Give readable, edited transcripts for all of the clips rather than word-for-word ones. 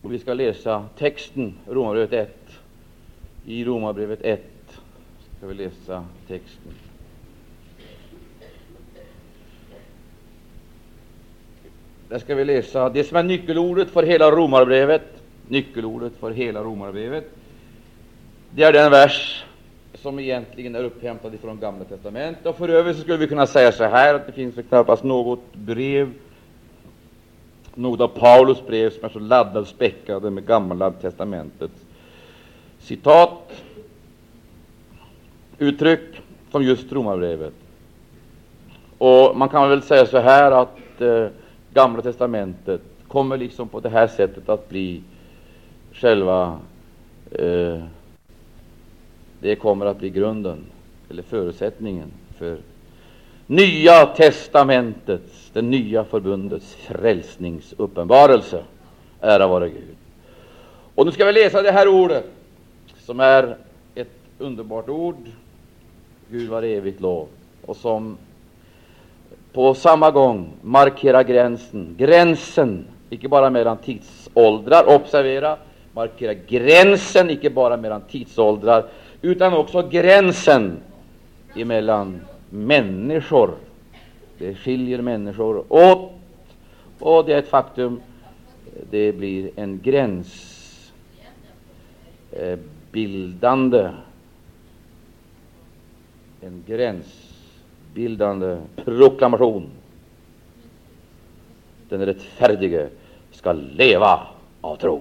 Och vi ska läsa texten, Romarbrevet 1. I Romarbrevet 1 ska vi läsa texten. Där ska vi läsa det som är nyckelordet för hela Romarbrevet. Nyckelordet för hela Romarbrevet. Det är den vers som egentligen är upphämtad från Gamla testamentet. Och för övrigt så skulle vi kunna säga så här, att det finns knappast något brev, något av Paulus brev som är så laddad och späckade med Gamla testamentets citat, uttryck som just Romarbrevet. Och man kan väl säga så här att Gamla testamentet kommer liksom på det här sättet att bli själva det kommer att bli grunden eller förutsättningen för Nya testamentets, det nya förbundets frälsningsuppenbarelse. Ära vare Gud. Och nu ska vi läsa det här ordet som är ett underbart ord, Gud var evigt lov, och som på samma gång markerar gränsen, icke bara mellan tidsåldrar, observera, markerar gränsen icke bara mellan tidsåldrar, utan också gränsen emellan människor. Det skiljer människor åt, och det är ett faktum, det blir en gränsbildande proklamation. Den rättfärdige ska leva av tro.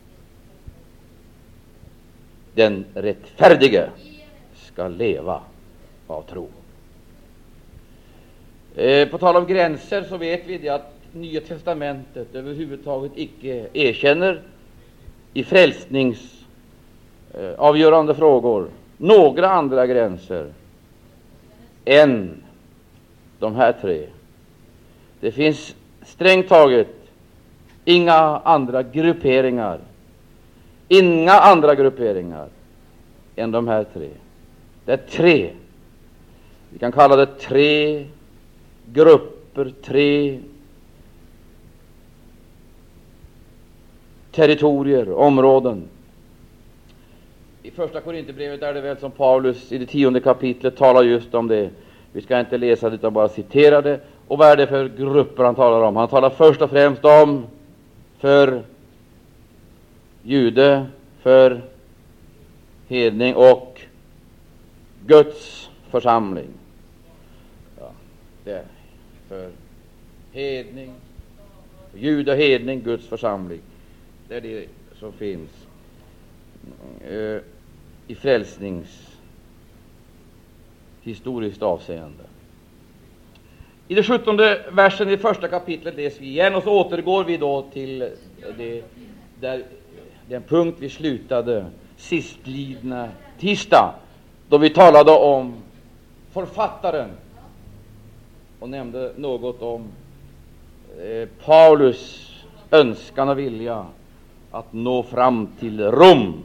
Den rättfärdige ska leva av tro. På tal om gränser så vet vi det att Nya testamentet överhuvudtaget icke erkänner i frälsningsavgörande frågor några andra gränser än de här tre. Det finns strängt taget inga andra grupperingar än de här tre. Det är tre. Vi kan kalla det tre grupper, tre territorier, områden. I första Korinthierbrevet är det väl som Paulus i det 10:e kapitlet talar just om det. Vi ska inte läsa det utan bara citera det. Och vad är det för grupper han talar om? Han talar först och främst om för jude, för hedning och Guds församling. Ja, det är för hedning, jude och hedning, Guds församling. Det är det som finns i frälsningshistoriskt avseende. I det 17:e versen i första kapitlet läser vi igen, och så återgår vi då till den punkt vi slutade sistlidna tisdag, då vi talade om författaren och nämnde något om Paulus önskan och vilja att nå fram till Rom.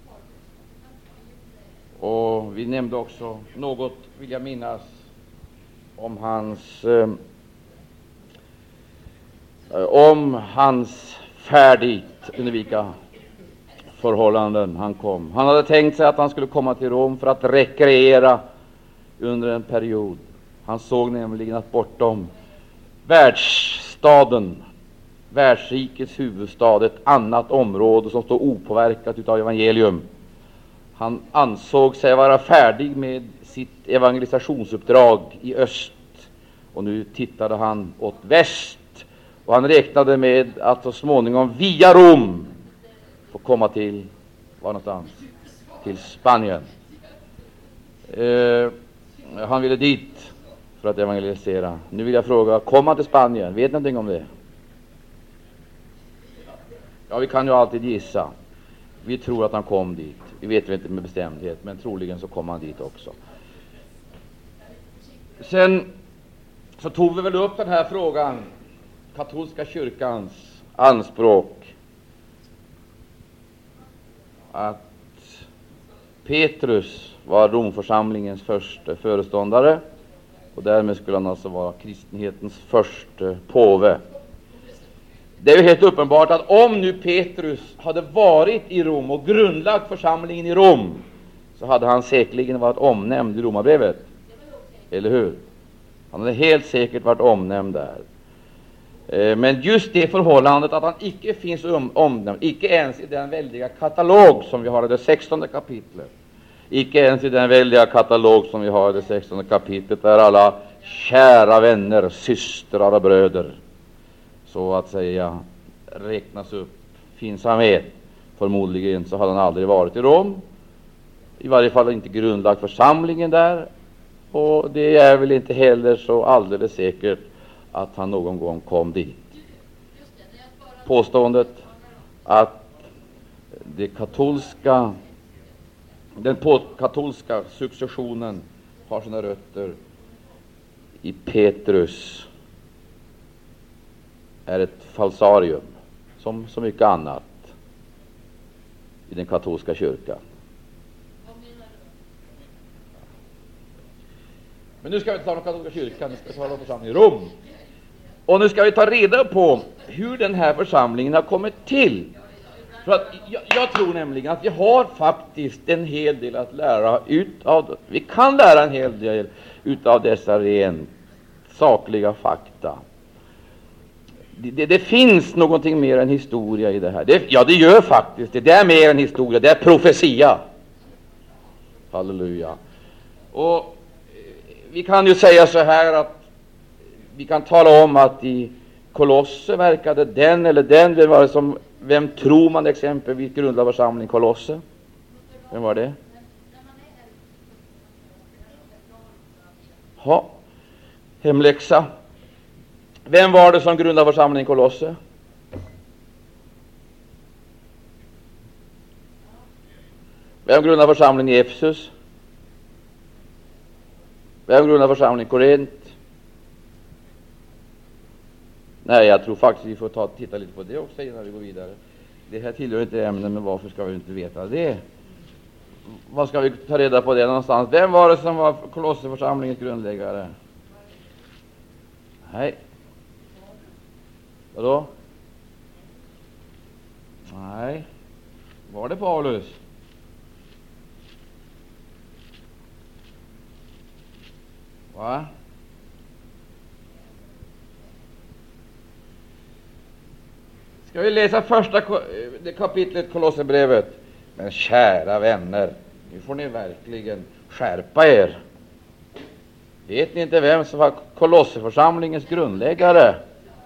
Och vi nämnde också något, vill jag minnas, om hans färd dit, under vilka förhållanden han kom. Han hade tänkt sig att han skulle komma till Rom för att rekreera under en period. Han såg nämligen att bortom världsstaden, världsrikets huvudstad, ett annat område som står opåverkat utav evangelium. Han ansåg sig vara färdig med sitt evangelisationsuppdrag i öst, och nu tittade han åt väst, och han räknade med att så småningom via Rom få komma till, var någonstans? Till Spanien. Han ville dit för att evangelisera. Nu vill jag fråga, kom han till Spanien? Vet ni någonting om det? Ja, vi kan ju alltid gissa. Vi tror att han kom dit. Vi vet inte med bestämdhet, men troligen så kom han dit också. Sen så tog vi väl upp den här frågan, katolska kyrkans anspråk att Petrus var Romförsamlingens första föreståndare, och därmed skulle han alltså vara kristenhetens första påve. Det är ju helt uppenbart att om nu Petrus hade varit i Rom och grundlagt församlingen i Rom, så hade han säkerligen varit omnämnd i Romarbrevet. Eller hur? Han hade helt säkert varit omnämnd där. Men just det förhållandet att han icke finns omnämnd, icke ens i den väldiga katalog som vi har i det 16:e kapitlet, icke ens i den väldiga katalog som vi har i det 16:e kapitlet, där alla kära vänner, systrar och bröder, så att säga, räknas upp, finns han med. Förmodligen så hade han aldrig varit i Rom, i varje fall inte grundlagt församlingen där, och det är väl inte heller så alldeles säkert att han någon gång kom dit. Påståendet att den katolska successionen har sina rötter i Petrus är ett falsarium, som så mycket annat i den katolska kyrkan. Men nu ska vi ta den katolska kyrkan, nu ska vi tala om församlingen i Rom. Och nu ska vi ta reda på hur den här församlingen har kommit till. För att jag tror nämligen att vi har faktiskt en hel del att lära utav. Vi kan lära en hel del utav dessa rent sakliga fakta. Det finns någonting mer än historia i det här. Det gör faktiskt det. Det är mer än historia, det är profetia. Halleluja. Och vi kan ju säga så här att vi kan tala om att i Kolosse verkade den eller den. Vem tror man exempelvis grundlade församlingen Kolosse? Vem var det? Ja, hemläxa. Vem var det som grundlade församlingen Kolosse? Vem grundlade församlingen i Efesus? Vem grundlade församlingen i Korint? Nej, jag tror faktiskt vi får titta lite på det också innan vi går vidare. Det här tillhör inte ämnen, men varför ska vi inte veta det? Vad ska vi ta reda på det någonstans? Vem var det som var Kolosseförsamlingens grundläggare? Nej. Vadå? Nej. Var det Paulus? Va? Ska vi läsa första kapitlet Kolosserbrevet? Men kära vänner, nu får ni verkligen skärpa er. Vet ni inte vem som var Kolosseförsamlingens grundläggare?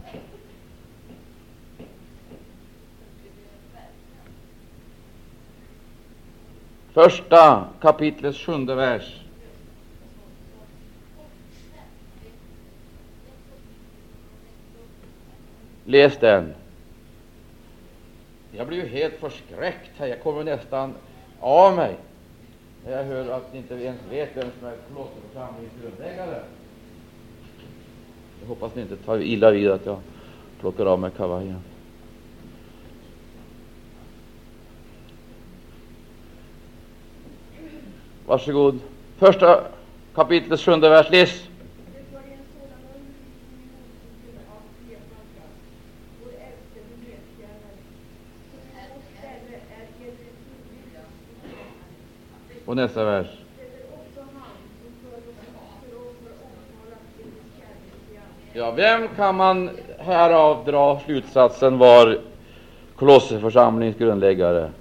Första kapitlets 7:e vers. Läs den. Jag blir ju helt förskräckt här. Jag kommer nästan av mig när jag hör att ni inte ens vet vem som är Kolosserförsamlingens grundläggare. Jag hoppas ni inte tar illa vid att jag plockar av mig kavajen. Varsågod. Första kapitlets 7:e vers. Läs. Och nästa vers. Ja, vem kan man härav dra slutsatsen var Kolosseförsamlingens grundläggare?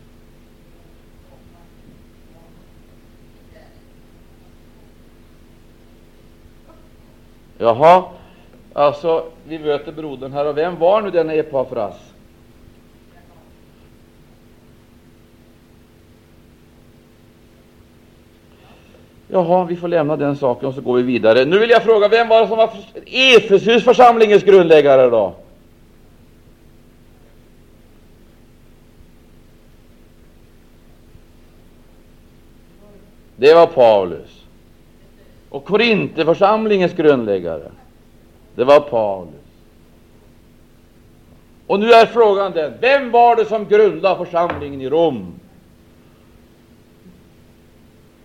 Jaha, alltså vi möter brodern här. Och vem var nu denna Epafras? Jaha, vi får lämna den saken och så går vi vidare. Nu vill jag fråga, vem var det som var Efesus församlingens grundläggare då? Det var Paulus. Och Korinteförsamlingens grundläggare, det var Paulus. Och nu är frågan den, vem var det som grundlade församlingen i Rom?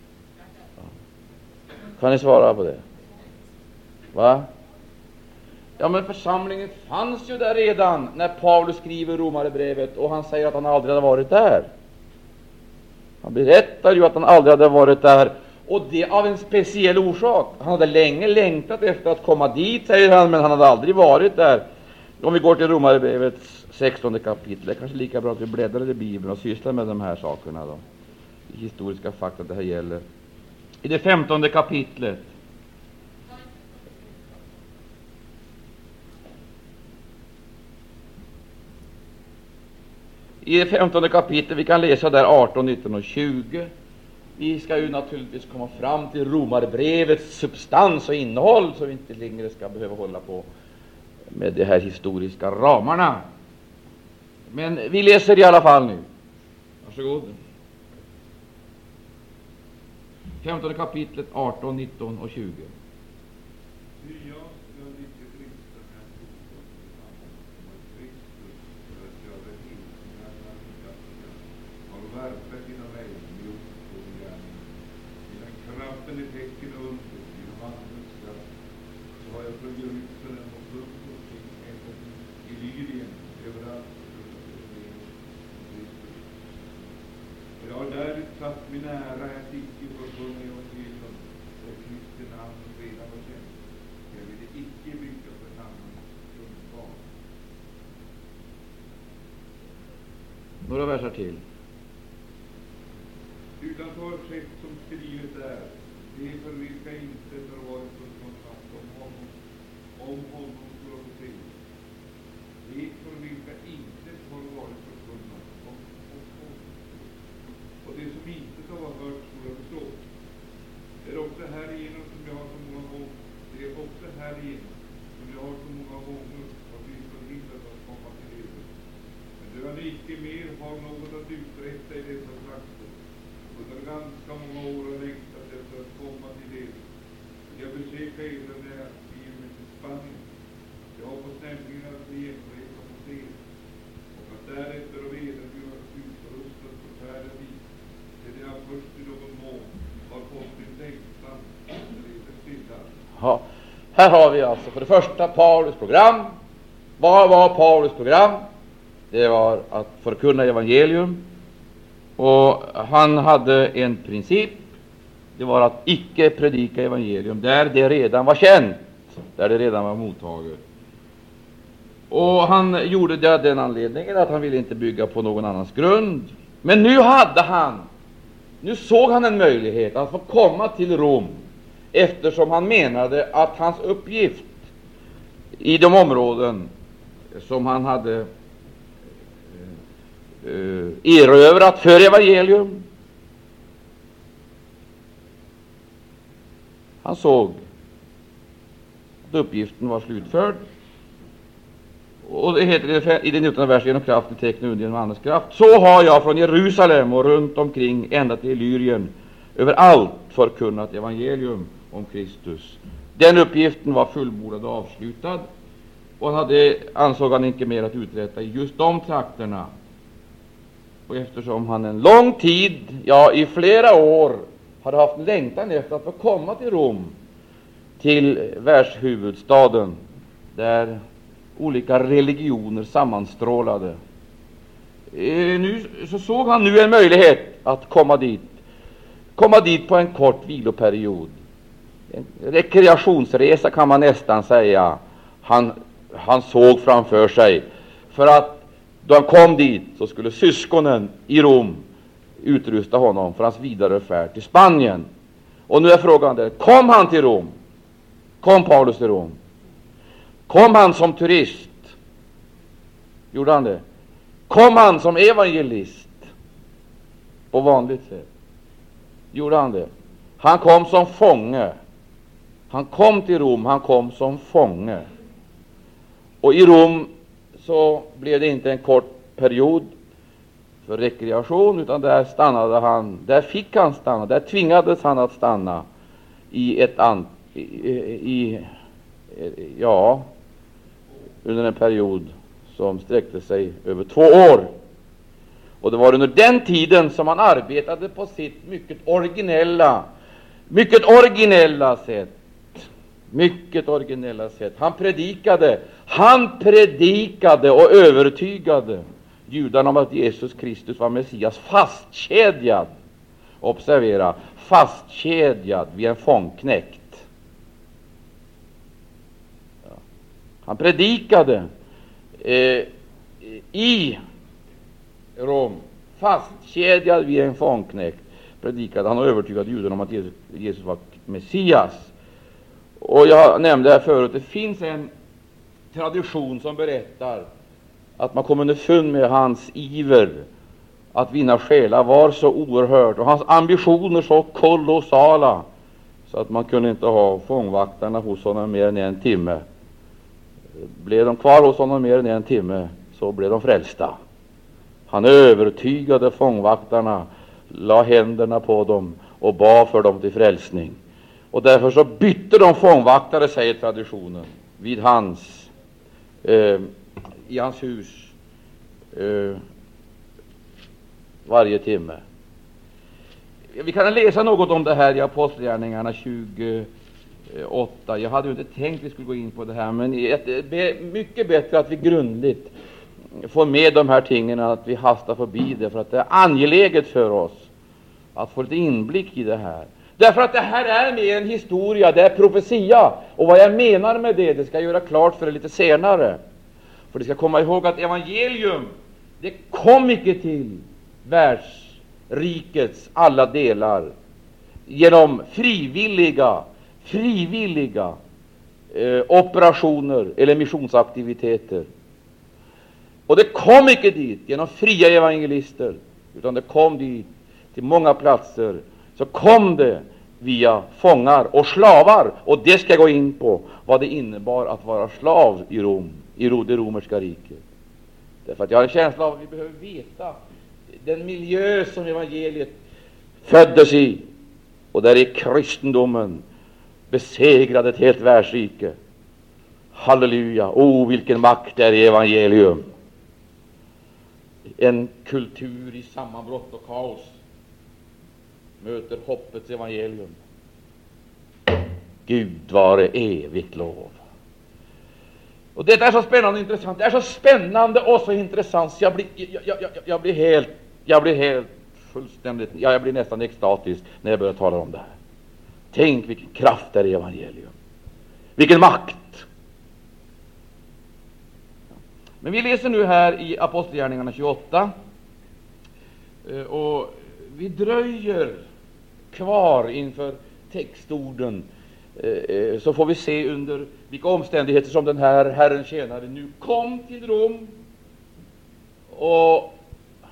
Kan ni svara på det? Va? Ja, men församlingen fanns ju där redan när Paulus skriver Romarbrevet, och han säger att han aldrig hade varit där. Han berättar ju att han aldrig hade varit där, och det av en speciell orsak. Han hade länge längtat efter att komma dit, säger han, men han hade aldrig varit där. Om vi går till Romarbrevets 16 kapitel, det är kanske lika bra att vi bläddrar i Bibeln och sysslar med de här sakerna då. Historiska fakta det här gäller. I det 15 kapitlet. I det 15 kapitlet, vi kan läsa där 18, 19 och 20. Vi ska ju naturligtvis komma fram till Romarbrevets substans och innehåll, så vi inte längre ska behöva hålla på med de här historiska ramarna. Men vi läser i alla fall nu. Varsågod. 15 kapitlet, 18, 19 och 20. Satt min ära att icke förbunna evangelium och Kristi namn redan var känt. Jag ville icke bygga på en annan kunskap. Några versar till. Utan så har skett som skrivet är, det för vilka inte har varit förkunnat om honom skulle få se. Det för vilka inte har varit förkunnat om honom. Och det som inte har hört skulle jag förstå. Det är också här igenom som jag har så många gånger. Det är också här igenom som jag har så många gånger och vi förhindrat att komma till livet. Men det var icke mer har något att uträtta i dessa trakter. Under ganska många år har längtat efter att komma till livet. Jag besöker er när jag blir med till Spanien. Jag hoppas nämligen att bli enresa hos er. Och att därefter av eder bli utrustat för färden dit. Det är först i någon mån har fått min längtan när det är stilla. Ja, här har vi alltså för det första Paulus program. Vad var Paulus program? Det var att förkunna evangelium. Och han hade en princip. Det var att icke predika evangelium där det redan var känt, där det redan var mottaget. Och han gjorde det av den anledningen att han ville inte bygga på någon annans grund. Men nu såg han en möjlighet att få komma till Rom, eftersom han menade att hans uppgift i de områden som han hade erövrat för evangelium, han såg att uppgiften var slutförd. Och det heter i den 19 versen, genom kraften, tecknen, under genom andens kraft. Så har jag från Jerusalem och runt omkring ända till Illyrien överallt förkunnat evangelium om Kristus. Den uppgiften var fullbordad och avslutad, och ansåg han inte mer att uträtta i just de trakterna. Och eftersom han en lång tid, ja i flera år, hade haft längtan efter att få komma till Rom, till världshuvudstaden, där olika religioner sammanstrålade, nu så såg han nu en möjlighet att komma dit på en kort viloperiod, en rekreationsresa kan man nästan säga. Han såg framför sig, för att då han kom dit så skulle syskonen i Rom utrusta honom för hans vidare färd till Spanien. Och nu är frågan där, kom han till Rom? Kom Paulus till Rom? Kom han som turist? Gjorde han det? Kom han som evangelist? På vanligt sätt. Gjorde han det? Han kom som fånge. Han kom till Rom, han kom som fånge. Och i Rom så blev det inte en kort period för rekreation, utan där stannade han, där fick han stanna, där tvingades han att stanna under en period som sträckte sig över 2 år. Och det var under den tiden som han arbetade på sitt mycket originella sätt mycket originella sätt. Han predikade och övertygade judarna om att Jesus Kristus var Messias, fastkedjad. Observera, fastkedjad vid en fångknekt. Ja. Han predikade i Rom, fastkedjad vid en fångknekt. Predikade han och övertygade judarna om att Jesus var Messias. Och jag nämnde här förut, det finns en tradition som berättar att man kom underfund med hans iver att vinna själar var så oerhört, och hans ambitioner så kolossala, så att man kunde inte ha fångvaktarna hos honom mer än en timme. Blev de kvar hos honom mer än en timme, så blev de frälsta. Han övertygade fångvaktarna, la händerna på dem och bad för dem till frälsning. Och därför så bytte de fångvaktare, säger traditionen, vid i hans hus varje timme. Vi kan läsa något om det här i Apostlagärningarna 28. Jag hade ju inte tänkt vi skulle gå in på det här, men det är mycket bättre att vi grundligt får med de här tingen, att vi hastar förbi det, för att det är angeläget för oss att få lite inblick i det här. Därför att det här är med en historia, det är profetia, och vad jag menar med det ska jag göra klart för er lite senare. För det ska komma ihåg att evangelium, det kom icke till världsrikets alla delar genom frivilliga operationer eller missionsaktiviteter. Och det kom icke dit genom fria evangelister, utan det kom dit till många platser. Så kom det via fångar och slavar, och det ska jag gå in på, vad det innebar att vara slav i Rom, i det romerska riket. Därför att jag har en känsla av att vi behöver veta den miljö som evangeliet föddes i, och där i kristendomen besegrade ett helt världsrike. Halleluja! Vilken makt är i evangelium! En kultur i sammanbrott och kaos möter hoppets evangelium. Gud vare evigt lov. Och detta är så spännande och intressant. Det är så spännande och så intressant, så jag blir helt fullständigt, jag blir nästan extatisk när jag börjar tala om det här. Tänk vilken kraft är i evangelium. Vilken makt. Men vi läser nu här i Apostlagärningarna 28, och vi dröjer kvar inför textorden, så får vi se under vilka omständigheter som den här Herren tjänare nu kom till Rom, och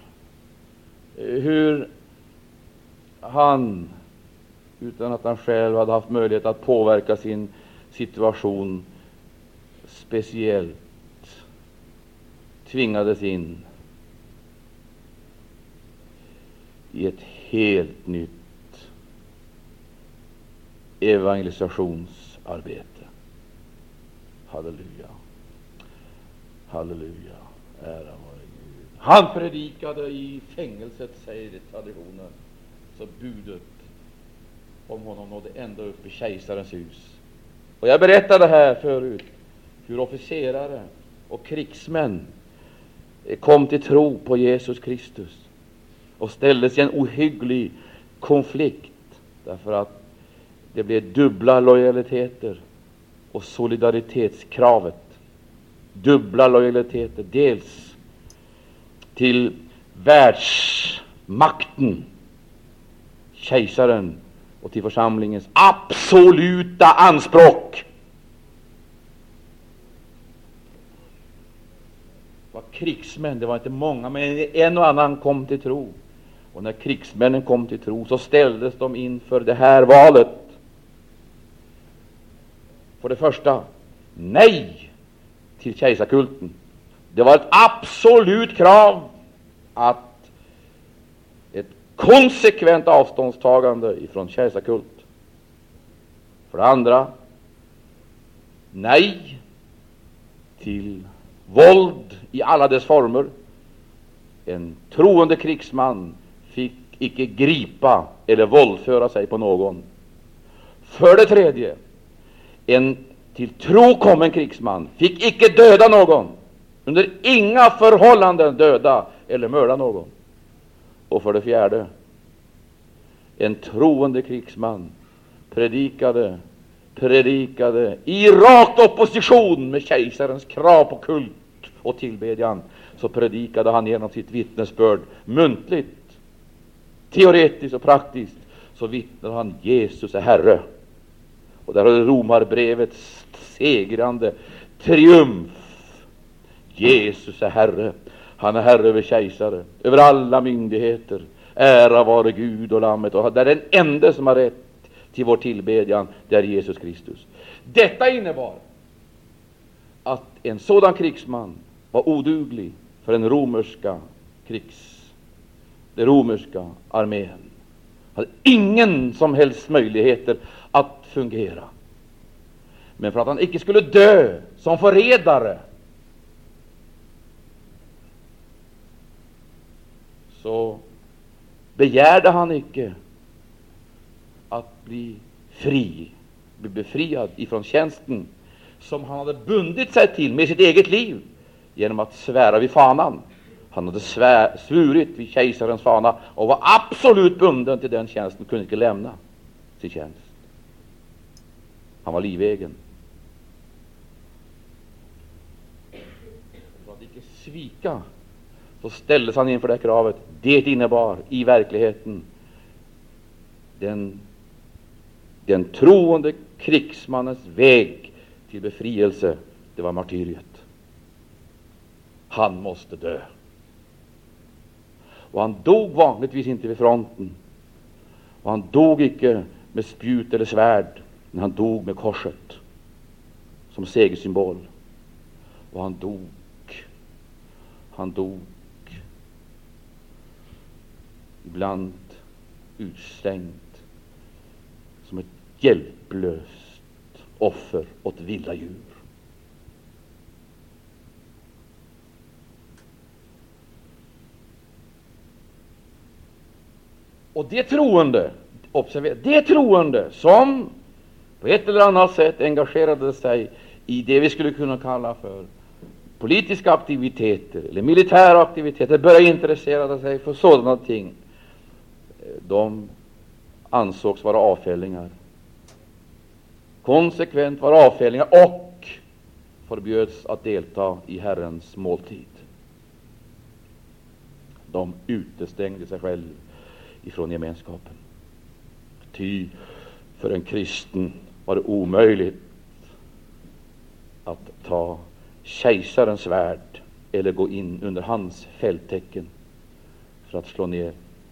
hur han, utan att han själv hade haft möjlighet att påverka sin situation speciellt, tvingades in i ett helt nytt evangelisationsarbete. Halleluja. Halleluja. Ära vare Gud. Han predikade i fängelset, säger traditionen, så budet om honom nådde ända upp i kejsarens hus. Och jag berättade här förut hur officerare och krigsmän kom till tro på Jesus Kristus och ställdes i en ohygglig konflikt, därför att det blev dubbla lojaliteter och solidaritetskravet. Dubbla lojaliteter, dels till världsmakten, kejsaren, och till församlingens absoluta anspråk. Var krigsmän, det var inte många, men en och annan kom till tro. Och när krigsmännen kom till tro, så ställdes de inför det här valet. För det första, nej till kejsarkulten. Det var ett absolut krav, att ett konsekvent avståndstagande ifrån kejsarkult. För det andra, nej till våld i alla dess former. En troende krigsman fick icke gripa eller våldföra sig på någon. För det tredje, En till tro kommen krigsman fick icke döda någon, under inga förhållanden döda eller mörda någon. Och för det fjärde, en troende krigsman predikade i rakt opposition med kejsarens krav på kult och tillbedjan. Så predikade han genom sitt vittnesbörd, muntligt, teoretiskt och praktiskt, så vittnade han: Jesus är Herre. Och där har du Romarbrevets segrande triumf. Jesus är Herre. Han är Herre över kejsare, över alla myndigheter. Ära vare Gud och Lammet. Och det är den enda som har rätt till vår tillbedjan, det är Jesus Kristus. Detta innebar att en sådan krigsman var oduglig för den romerska armén. Hade ingen som helst möjligheter att fungera. Men för att han icke skulle dö som förrädare, så begärde han icke att bli befriad ifrån tjänsten som han hade bundit sig till med sitt eget liv genom att svära vid fanan. Han hade svurit vid kejsarens fana och var absolut bunden till den tjänsten, kunde inte lämna sin tjänst. Han var livegen. För att icke svika, så ställdes han inför det kravet. Det innebar i verkligheten den troende krigsmannens väg till befrielse. Det var martyriet. Han måste dö. Och han dog vanligtvis inte vid fronten. Och han dog icke med spjut eller svärd, men han dog med korset som segersymbol. Och han dog ibland utslängd som ett hjälplöst offer åt vilda djur. Och det troende, observera, det troende som på ett eller annat sätt engagerade sig i det vi skulle kunna kalla för politiska aktiviteter eller militära aktiviteter, började intressera sig för sådana ting, de ansågs vara avfällingar, konsekvent vara avfällingar, och förbjöds att delta i Herrens måltid. De utestängde sig själv ifrån gemenskapen. Ty för en kristen var det omöjligt att ta kejsarens svärd eller gå in under hans fälttecken för att slå ner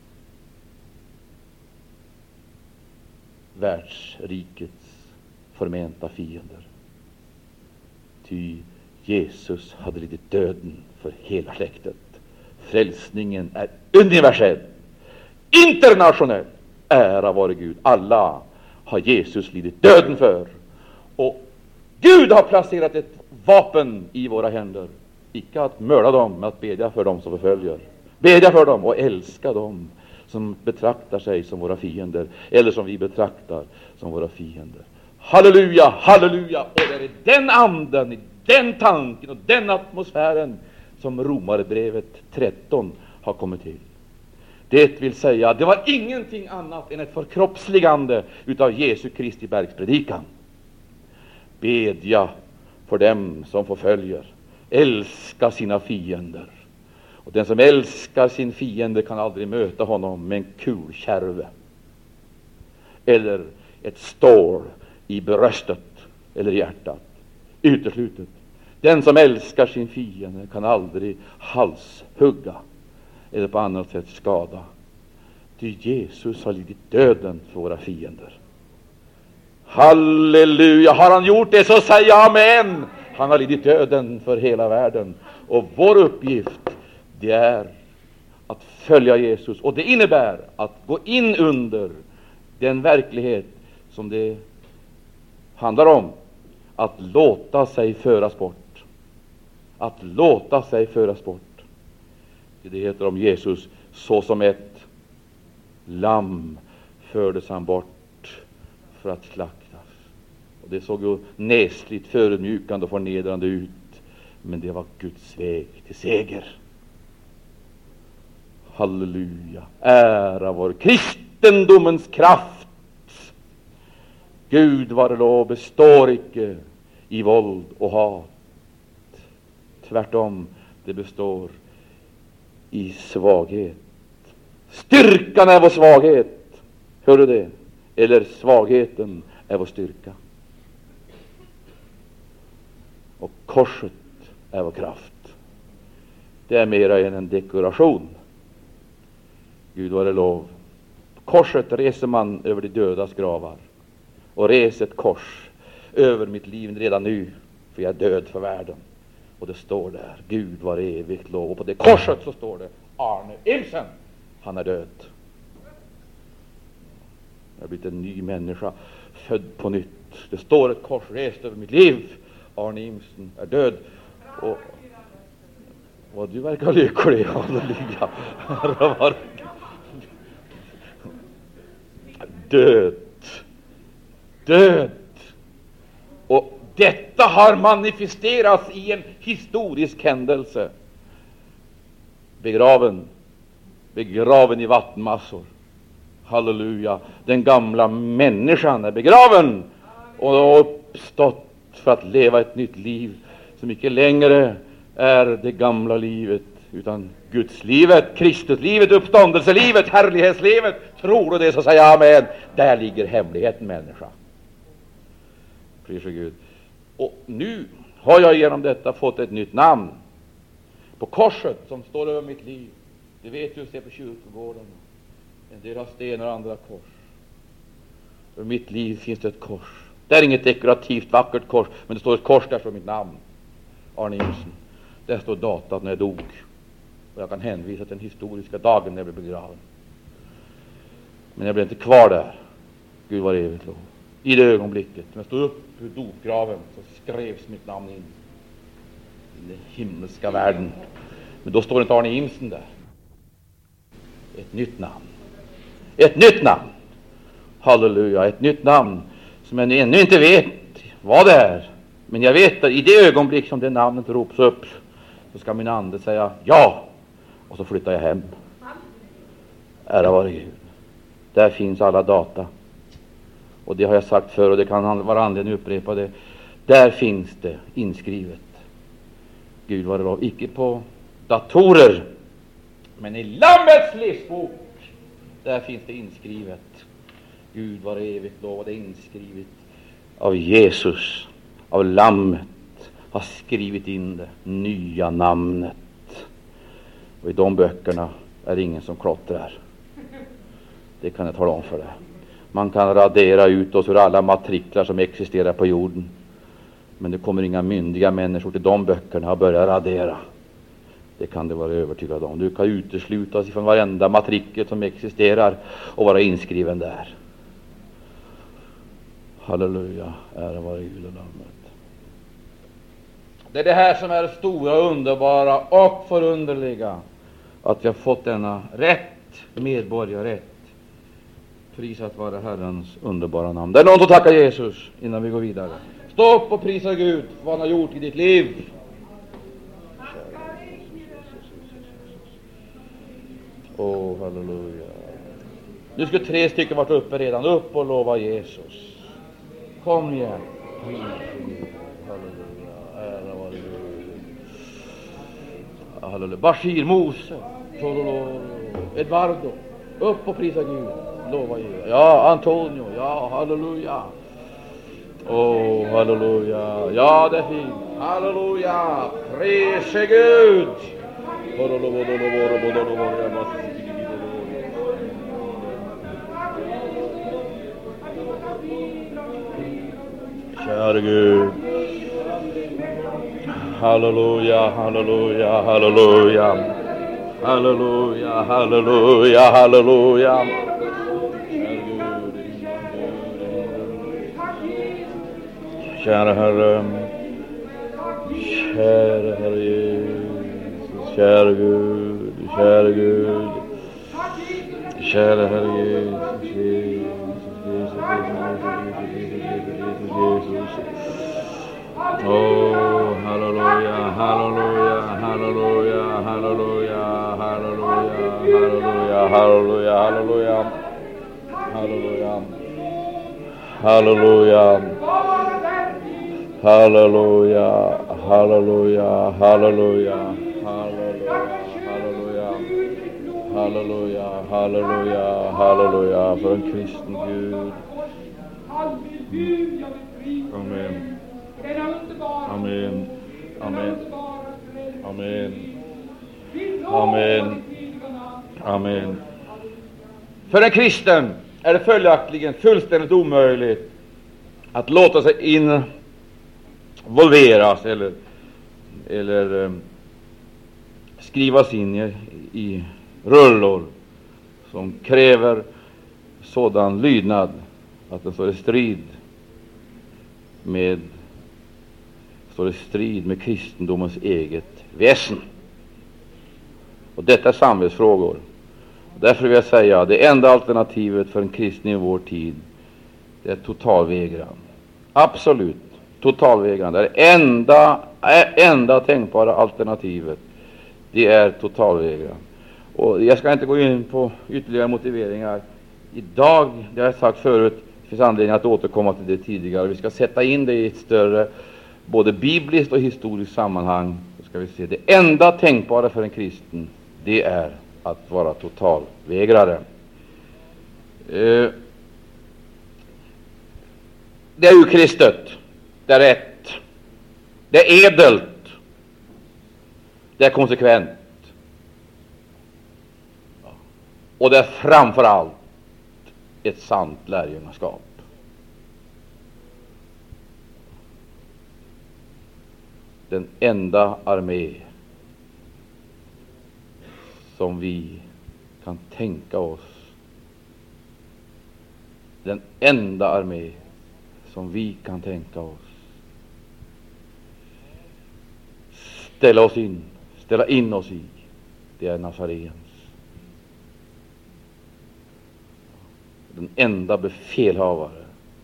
världsrikets förmenta fiender. Ty Jesus hade lidit döden för hela släktet. Frälsningen är universell, internationell. Ära vare Gud. Alla har Jesus lidit döden för. Och Gud har placerat ett vapen i våra händer. Icke att mörda dem, men att bedja för dem som förföljer. Bedja för dem och älska dem som betraktar sig som våra fiender, eller som vi betraktar som våra fiender. Halleluja, halleluja. Och det är i den anden, i den tanken och den atmosfären som Romarbrevet 13 har kommit till. Det vill säga, det var ingenting annat än ett förkroppsligande utav Jesu Kristi bergspredikan. Bedja för dem som förföljer. Älska sina fiender. Och den som älskar sin fiende kan aldrig möta honom med en kulkärve eller ett stål i bröstet eller hjärtat. Uteslutet. Den som älskar sin fiende kan aldrig halshugga eller på annat sätt skada. Ty Jesus har lidit döden för våra fiender. Halleluja! Har han gjort det, så säger jag amen. Han har lidit döden för hela världen. Och vår uppgift, det är att följa Jesus. Och det innebär att gå in under den verklighet som det handlar om. Att låta sig föras bort. Att låta sig föras bort. Det heter om Jesus: så som ett lamm fördes han bort för att slaktas. Och det såg ju näsligt, förödmjukande och förnedrande ut. Men det var Guds väg till seger. Halleluja. Ära vår kristendomens kraft. Gud vare lov består icke i våld och hat. Tvärtom, det består i svaghet. Styrkan är vår svaghet. Hör du det? Eller svagheten är vår styrka. Och korset är vår kraft. Det är mera än en dekoration. Gud vare lov. Korset reser man över de dödas gravar. Och res ett kors över mitt liv redan nu. För jag är död för världen. Och det står där, Gud var evigt lov. Och på det korset så står det, Arne Imsen, han är död. Jag har blivit en ny människa, född på nytt. Det står ett kors rest över mitt liv. Arne Imsen är död. Och vad du verkar lycklig, halleluja. Död. Död. Och detta har manifesterats i en historisk händelse. Begraven i vattenmassor. Halleluja. Den gamla människan är begraven och har uppstått för att leva ett nytt liv som icke längre är det gamla livet, utan Gudslivet, Kristuslivet, uppståndelselivet, härlighetslivet. Tror du det, så säger jag amen. Där ligger hemligheten, människa. Prisa Gud. Och nu har jag genom detta fått ett nytt namn på korset som står över mitt liv. Det vet du, se på kyrkogården. En del har stenar, andra kors. Över mitt liv finns det ett kors. Det är inget dekorativt vackert kors, men det står ett kors där, står mitt namn, Arne Imsen. Där står datat när jag dog. Och jag kan hänvisa till den historiska dagen när jag blev begraven. Men jag blev inte kvar där. Gud var evigt lov. I det ögonblicket när jag stod upp ur dopgraven så skrevs mitt namn in i den himmelska världen. Men då står inte Arne Imsen där. Ett nytt namn. Ett nytt namn. Halleluja. Ett nytt namn som jag ännu inte vet vad det är. Men jag vet att i det ögonblick som det namnet rops upp så ska min ande säga ja. Och så flyttar jag hem. Ära vare Gud. Där finns alla data. Och det har jag sagt förr, och det kan vara anledning att upprepa det. Där finns det inskrivet. Gud var det lov. Icke på datorer, men i Lammets livsbok. Där finns det inskrivet. Gud var evigt lov. Och det är inskrivet av Jesus, av Lammet. Har skrivit in det nya namnet. Och i de böckerna är det ingen som klottrar. Det kan jag tala om för dig. Man kan radera ut oss ur alla matriklar som existerar på jorden. Men det kommer inga myndiga människor till de böckerna och börja radera. Det kan du vara övertygad om. Du kan uteslutas från varenda matrikel som existerar och vara inskriven där. Halleluja, ära vare Gud och Lammet. Det är det här som är stora, underbara och förunderliga. Att jag fått denna rätt, medborgarrätt. Prisat vare Herrens underbara namn. Det är någon som tackar Jesus innan vi går vidare. Stå upp och prisa Gud för vad han har gjort i ditt liv. Åh, halleluja. Nu ska 3 stycken varit uppe redan. Upp och lova Jesus. Kom igen. Halleluja. Ära vare Gud. Halleluja. Bashir, Mose, Edvardo. Upp och prisa Gud. Lova Jesus. Ja, Antonio. Ja, halleluja. Åh, halleluja. Ja, det är fint. Halleluja. Prisa Gud. Kära Gud. Halleluja, halleluja, halleluja. Halleluja, halleluja, halleluja. Kära Herre, kära Herre Jesus, kära Gud, kära Gud, kära Herre Jesus, Jesus, Oh, halleluja, halleluja, halleluja, halleluja, halleluja, halleluja, halleluja, halleluja, halleluja, halleluja, halleluja, halleluja, halleluja, halleluja, halleluja, halleluja, för en kristen Gud. Amen. Amen. Amen. Amen. Amen. Amen. För en kristen är det följaktligen fullständigt omöjligt att låta sig involveras eller skrivas in i rullor som kräver sådan lydnad att den står i strid med kristendomens eget väsen. Och detta är samvetsfrågor. Därför vill jag säga att det enda alternativet för en kristen i vår tid, det är totalvägran. Absolut totalvägran. Det enda tänkbara alternativet, det är totalvägran. Och jag ska inte gå in på ytterligare motiveringar idag. Det har jag sagt förut. Det finns anledning att återkomma till det tidigare. Vi ska sätta in det i ett större både bibliskt och historiskt sammanhang. Så ska vi se. Det enda tänkbara för en kristen, det är att vara totalvägrare. Det är ju kristet. Det är rätt. Det är edelt. Det är konsekvent. Och det är framför allt ett sant lärjungaskap. Den enda armé som vi kan tänka oss, den enda armé som vi kan tänka oss ställa in oss i, det är Nazarens. Den enda befälhavare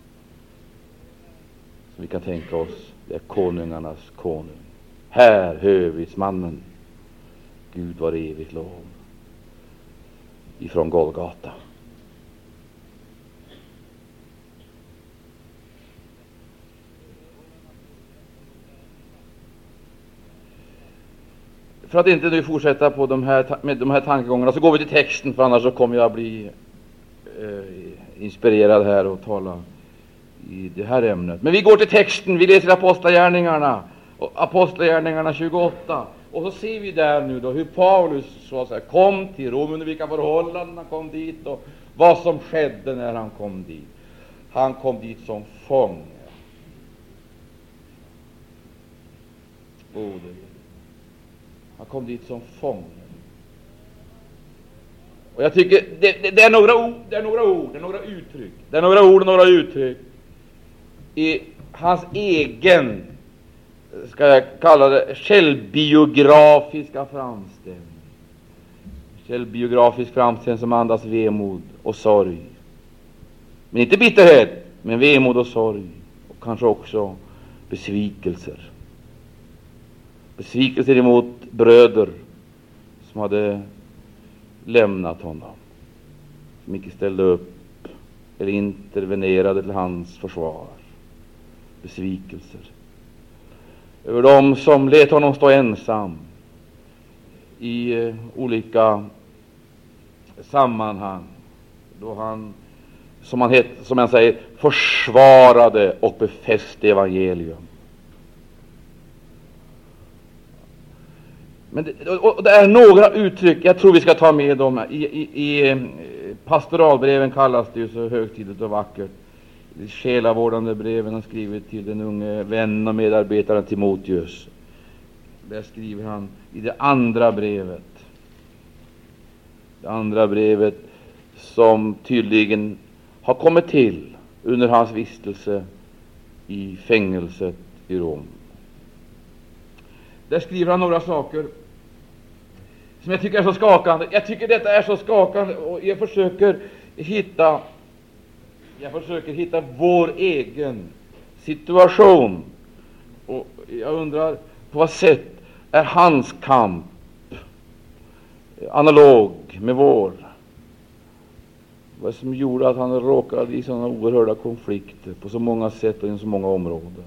som vi kan tänka oss, det är konungarnas konung, här hövitsmannen, Gud var evigt lov, ifrån Golgata. För att inte nu fortsätta på med de här tankegångarna, så går vi till texten, för annars så kommer jag bli inspirerad här och tala i det här ämnet. Men vi går till texten, vi läser Apostlagärningarna 28, och så ser vi där nu då hur Paulus så att säga kom till Rom, under vilka förhållanden han kom dit och vad som skedde när han kom dit. Han kom dit som fånge. Han kom dit som fånge. Och jag tycker det är några uttryck i hans egen, ska jag kalla det, självbiografiska framställning som andas vemod och sorg, men inte bitterhet, men vemod och sorg, och kanske också besvikelser emot bröder som hade lämnat honom, som inte ställde upp eller intervenerade till hans försvar. Besvikelser över dem som lät honom stå ensam i olika sammanhang, då han, som han säger, försvarade och befäste evangelium. Men det är några uttryck, jag tror vi ska ta med dem. I pastoralbreven kallas det ju så högtidligt och vackert. De själavårdande breven han skrivit till den unge vän och medarbetaren Timoteus. Där skriver han i det andra brevet som tydligen har kommit till under hans vistelse i fängelset i Rom. Där skriver han några saker som jag tycker är så skakande. Jag tycker detta är så skakande, och jag försöker hitta Jag försöker hitta vår egen situation. Och jag undrar på vad sätt är hans kamp analog med vår. Vad som gjorde att han råkade i sådana oerhörda konflikter på så många sätt och i så många områden.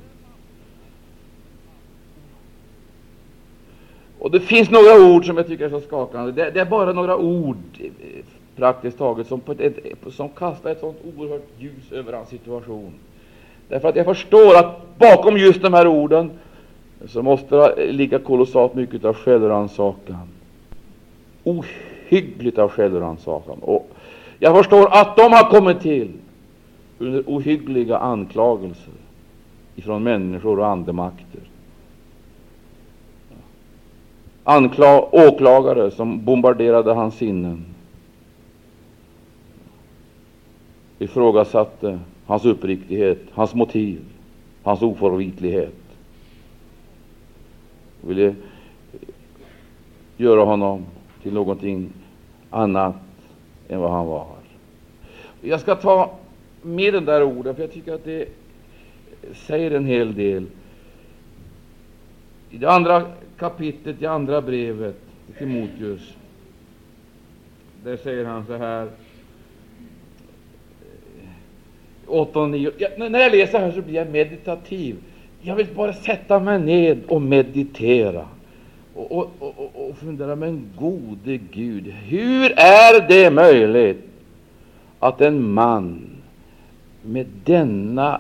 Och det finns några ord som jag tycker är så skakande. Det är bara några ord praktiskt taget som kastar ett sådant oerhört ljus över hans situation. Därför att jag förstår att bakom just de här orden så måste det ligga kolossalt mycket av självrannsakan. Ohyggligt av självrannsakan. Och jag förstår att de har kommit till under ohyggliga anklagelser ifrån människor och andemakter. Åklagare som bombarderade hans sinnen, ifrågasatte hans uppriktighet, hans motiv, hans oförvitlighet, ville göra honom till någonting annat än vad han var. Jag ska ta med den där orden, för jag tycker att det säger en hel del. I det andra kapitlet, i andra brevet till Timoteus, där säger han så här, 8 och 9. När jag läser här så blir jag meditativ. Jag vill bara sätta mig ned och meditera och fundera, men gode Gud, hur är det möjligt att en man med denna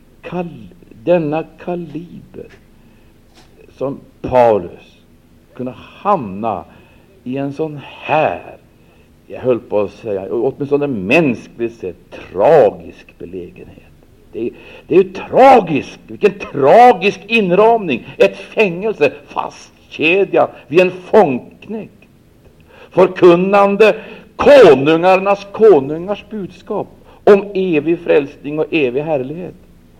kaliber som Paulus kunna hamna i en sån här, jag höll på att säga, åtminstone mänskligt sett, tragisk belägenhet. Det är ju tragiskt. Vilken tragisk inramning. Ett fängelse fastkedjat vid en fångknäckt, förkunnande konungars budskap om evig frälsning och evig härlighet.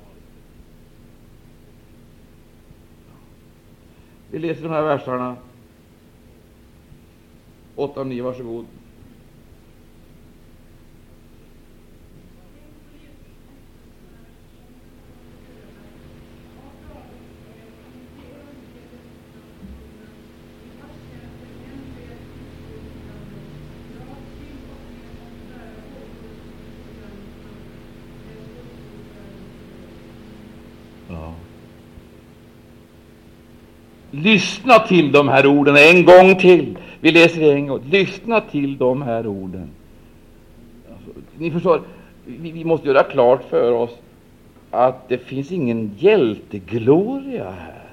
Vi läser de här verserna 8 och 9, varsågod. Lyssna till de här orden en gång till. Vi läser det en gång. Lyssna till de här orden. Alltså, ni förstår, vi måste göra klart för oss att det finns ingen hjältegloria här.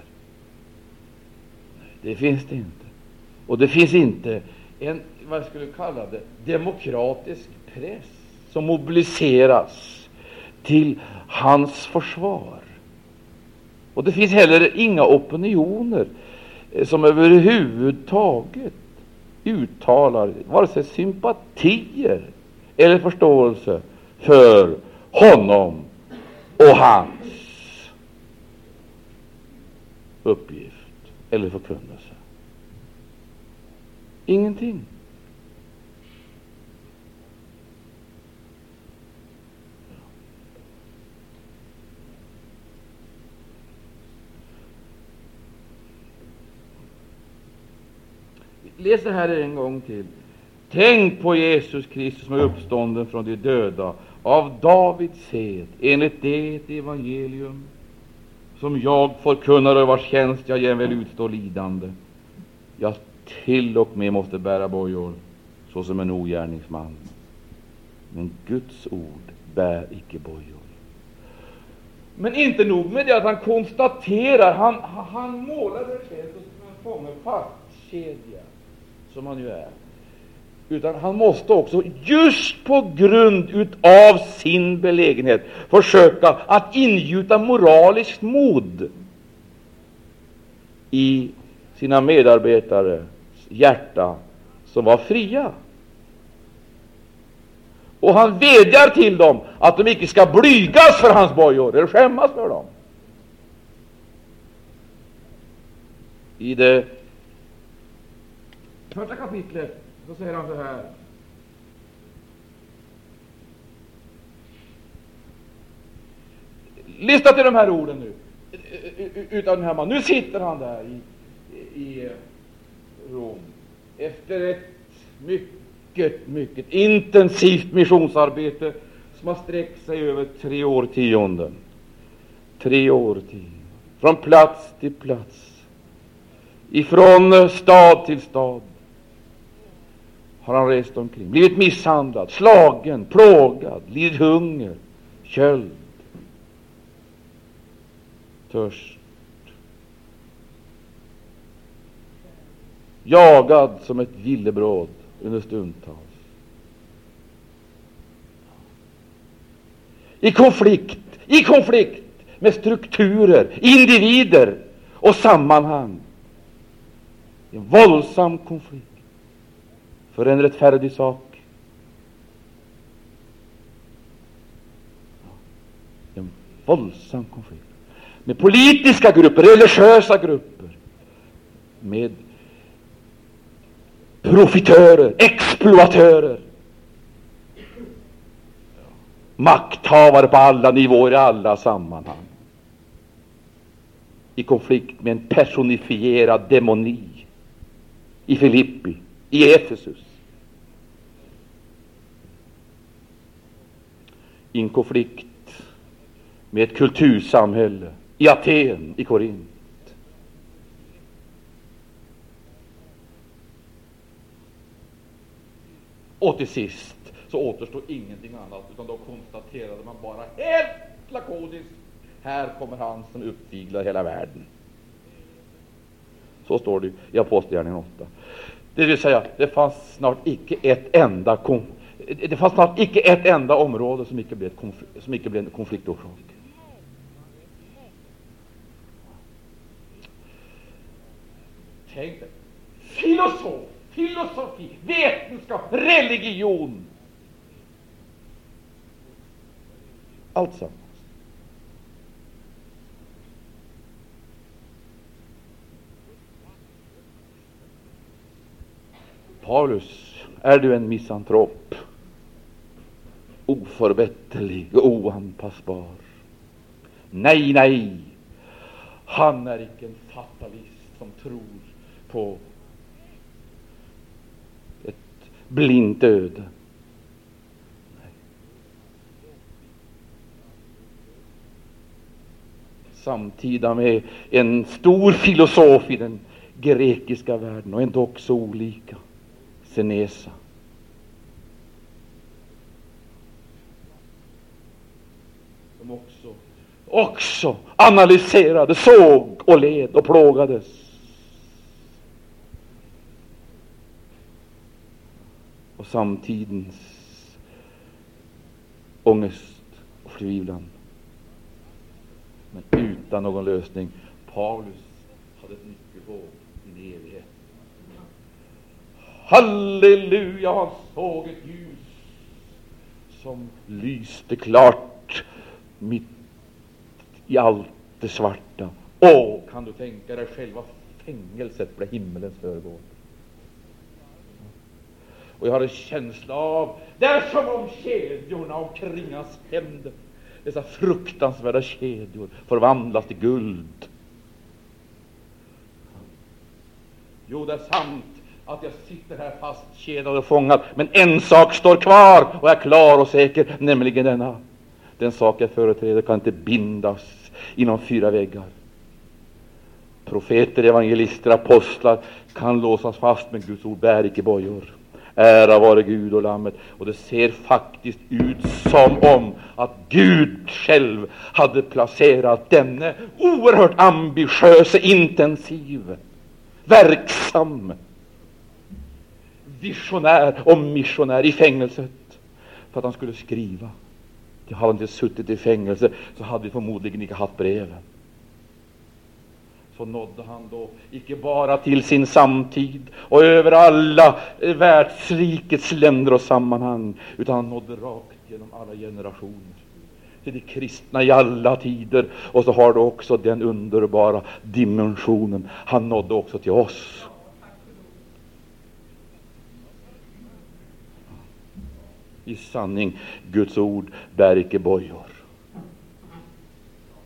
Det finns det inte. Och det finns inte en, vad jag skulle kalla det, demokratisk press som mobiliseras till hans försvar. Och det finns heller inga opinioner som överhuvudtaget uttalar vare sig sympatier eller förståelse för honom och hans uppgift eller förkunnelse. Ingenting. Läs det här en gång till. Tänk på Jesus Kristus som är uppstånden från de döda, av Davids sed, enligt det evangelium som jag förkunnar och vars tjänst jag jämväl utstår lidande. Jag till och med måste bära bojor såsom en ogärningsman. Men Guds ord bär icke bojor. Men inte nog med det att han konstaterar, han målar det själv som en fånge fastkedja, som han ju är. Utan han måste också, just på grund utav sin belägenhet, försöka att ingjuta moraliskt mod i sina medarbetares hjärta som var fria. Och han vädjar till dem att de icke ska blygas för hans bojor eller skämmas för dem. I det första kapitlet så säger han så här: Lyssna till de här orden nu. Utav den här man. Nu sitter han där i Rom. Efter ett mycket intensivt missionsarbete som har sträckt sig över 3 årtionden. 3 årtionden. Från plats till plats. Ifrån stad till stad har han rest omkring. Blivit misshandlad, slagen, plågad, lidit hunger, köld, törst. Jagad som ett villebråd under stundtals. I konflikt med strukturer, individer och sammanhang. En våldsam konflikt för en rättfärdig sak. En våldsam konflikt med politiska grupper, religiösa grupper, med profitörer, exploatörer, makthavare på alla nivåer, i alla sammanhang. I konflikt med en personifierad demoni i Filippi, i Efesus. I en konflikt med ett kultursamhälle i Aten, i Korint. Och till sist så återstår ingenting annat, utan då konstaterade man bara helt lakoniskt: här kommer han som uppviglar hela världen. Så står det i Apostlagärningarna 8. Det vill säga, det fanns snart icke ett enda område som icke blev en konfliktorsak. Tänk dig, filosofi, vetenskap, religion, allt sammans. Paulus, är du en misantrop, oförbätterlig och oanpassbar? Nej, han är icke en fatalist som tror på ett blint öde. Nej. Samtida med en stor filosof i den grekiska världen, och ändå också olika, Senesa. Som också analyserade, såg och led och plågades. Och samtidens ångest och förtvivlan, men utan någon lösning. Paulus hade ett nyckelhål i evighet. Halleluja, han såg ett ljus som lyste klart mitt i allt det svarta. Kan du tänka dig, själva fängelset blev himmelens föregård. Och jag har en känsla av, det är som om kedjorna omkring hans händer, dessa fruktansvärda kedjor, förvandlas till guld. Jo, det är sant att jag sitter här fastkedjad och fångad, men en sak står kvar och är klar och säker, nämligen denna: den sak jag företräder kan inte bindas inom 4 väggar. Profeter, evangelister, apostlar kan låsas fast, men Guds ord bär icke bojor. Ära vare Gud och Lammet. Och det ser faktiskt ut som om att Gud själv hade placerat denne oerhört ambitiöse, intensiv, verksam visionär och missionär i fängelset för att han skulle skriva. Det hade han inte suttit i fängelse, så hade vi förmodligen inte haft breven. Så nådde han då icke bara till sin samtid och över alla världsrikets länder och sammanhang, utan han nådde rakt genom alla generationer till de kristna i alla tider. Och så har det också den underbara dimensionen: han nådde också till oss. I sanning, Guds ord bär icke bojor.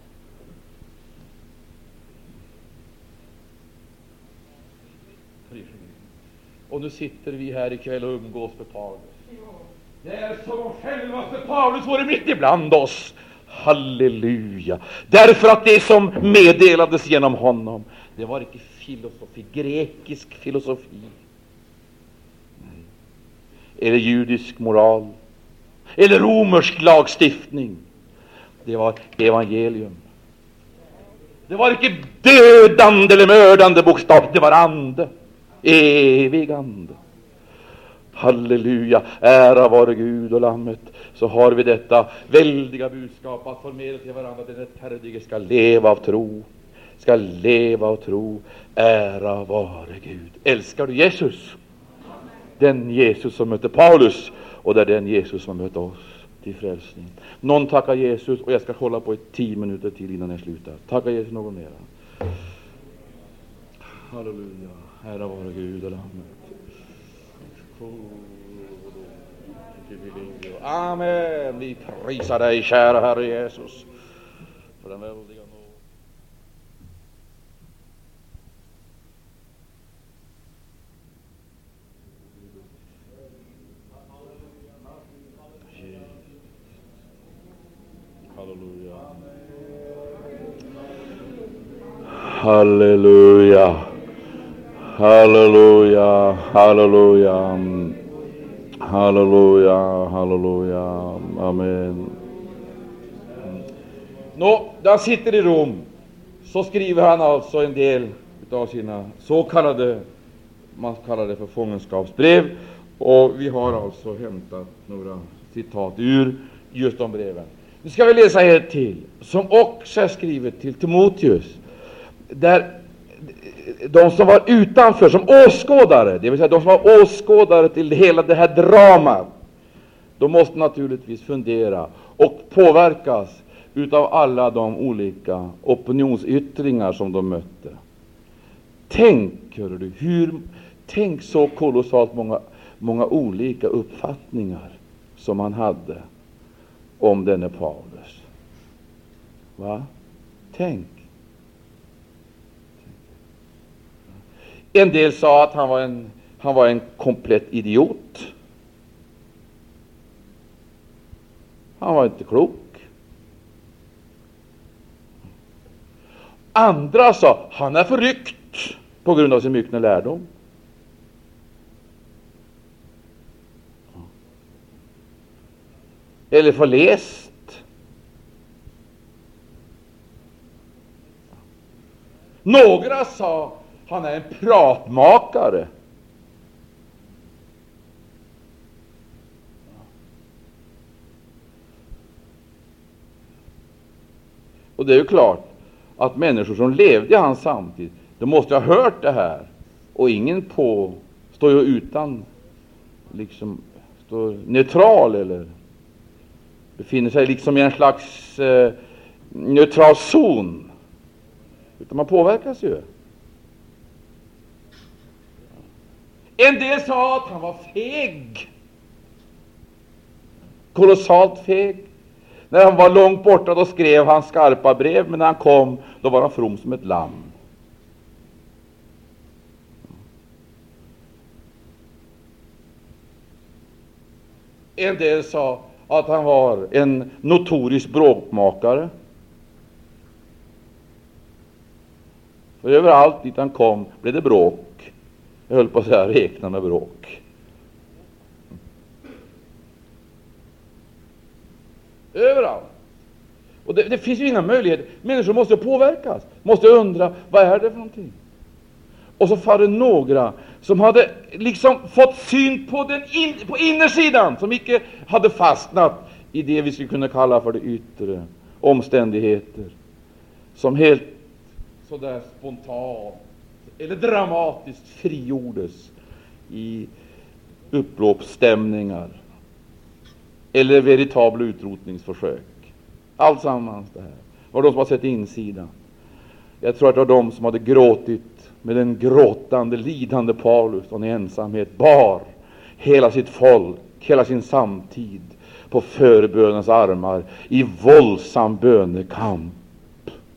nu sitter vi här ikväll och umgås för Paulus. Det är som om självaste Paulus vore mitt ibland oss. Halleluja! Därför att det som meddelades genom honom, det var inte filosofi, grekisk filosofi. Nej. Eller judisk moral. Eller romersk lagstiftning. Det var evangelium. Det var inte dödande eller mördande bokstav. Det var ande. Evig ande. Halleluja, ära vare Gud och Lammet. Så har vi detta väldiga budskap att förmedla till varandra. Den rättfärdige ska leva av tro. Ska leva av tro. Ära vare Gud. Älskar du Jesus? Den Jesus som mötte Paulus, och det är den Jesus som mötte oss till frälsning. Någon tackar Jesus, och jag ska hålla på i 10 minuter till innan jag slutar. Tacka Jesus någon mera. Halleluja, ära vare Gud och Lammet. Amen. Vi prisar dig, kära Herre Jesus, för den väldiga nåd. Halleluja. Halleluja. Halleluja. Halleluja. Halleluja. Halleluja. Amen. Då han sitter i Rom, så skriver han alltså en del av sina så kallade, man kallar det för fångenskapsbrev, och vi har alltså hämtat några citat ur just de breven. Nu ska vi läsa ett till, som också är skrivet till Timoteus, där de som var utanför som åskådare, det vill säga de som var åskådare till hela det här dramat, de måste naturligtvis fundera och påverkas utav alla de olika opinionsyttringar som de mötte. Tänk, hör du, tänk så kolossalt många olika uppfattningar som man hade om denne Paulus. Va? Tänk. En del sa att han var en komplett idiot. Han var inte klok. Andra sa han är förryckt på grund av sin myckna lärdom. Eller förläst. Några sa han är en pratmakare. Och det är ju klart att människor som levde i hans samtid, de måste ha hört det här, och ingen står ju utan, liksom står neutral eller befinner sig liksom i en slags neutral zon, utan man påverkas ju. En del sa att han var feg, kolossalt feg. När han var långt borta, då skrev han skarpa brev, men när han kom, då var han from som ett lamm. En del sa att han var en notorisk bråkmakare. För överallt dit han kom blev det bråk. Jag höll på att säga räkna med bråk. Överallt. Och det finns ju inga möjligheter. Människor måste påverkas, måste undra, vad är det för någonting? Och så var det några som hade liksom fått syn på på innersidan, som icke hade fastnat i det vi skulle kunna kalla för det yttre, omständigheter, som helt sådär spontant eller dramatiskt frigjordes i upploppsstämningar eller veritabla utrotningsförsök. Allt sammans det här var de som har sett insidan. Jag tror att det var de som hade gråtit med den gråtande, lidande Paulus, och i ensamhet bar hela sitt folk, hela sin samtid på förebönens armar i våldsam bönekamp.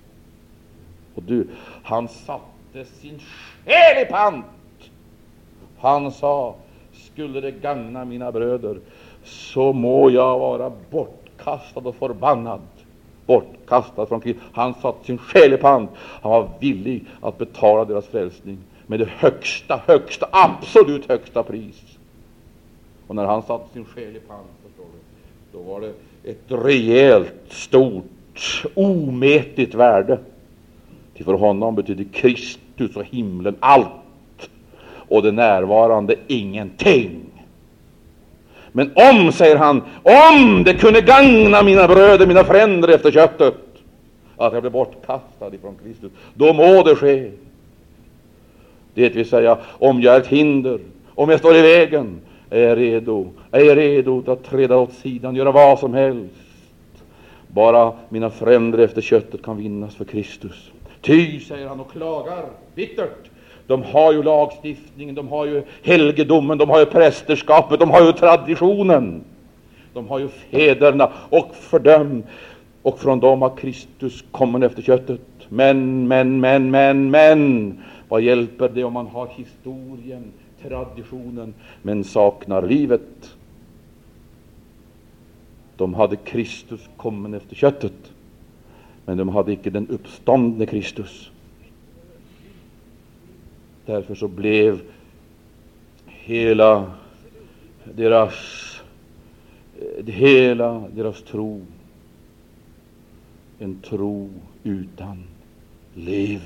Och han satte sin själ i pant Han sa, skulle det gagna mina bröder, så må jag vara bortkastad och förbannad. Bortkastad från Kristus. Han satt sin själ i pant. Han var villig att betala deras frälsning med det högsta, absolut högsta pris. Och när han satt sin själ i pant, förstår du, då var det ett rejält, stort, omätligt värde. Till för honom betydde Kristus och himlen allt, och det närvarande ingenting. Men om, säger han, om det kunde gagna mina bröder, mina fränder efter köttet, att jag blev bortkastad ifrån Kristus, då må det ske. Det vill säga, om jag är ett hinder, om jag står i vägen, är jag redo att träda åt sidan, göra vad som helst. Bara mina fränder efter köttet kan vinnas för Kristus. Ty, säger han och klagar bittert, de har ju lagstiftningen, de har ju helgedomen, de har ju prästerskapet, de har ju traditionen, de har ju fäderna, och för dem, och från dem har Kristus kommit efter köttet. Men vad hjälper det om man har historien, traditionen, men saknar livet? De hade Kristus kommit efter köttet, men de hade icke den uppståndne Kristus. Därför så blev hela deras tro en tro utan liv.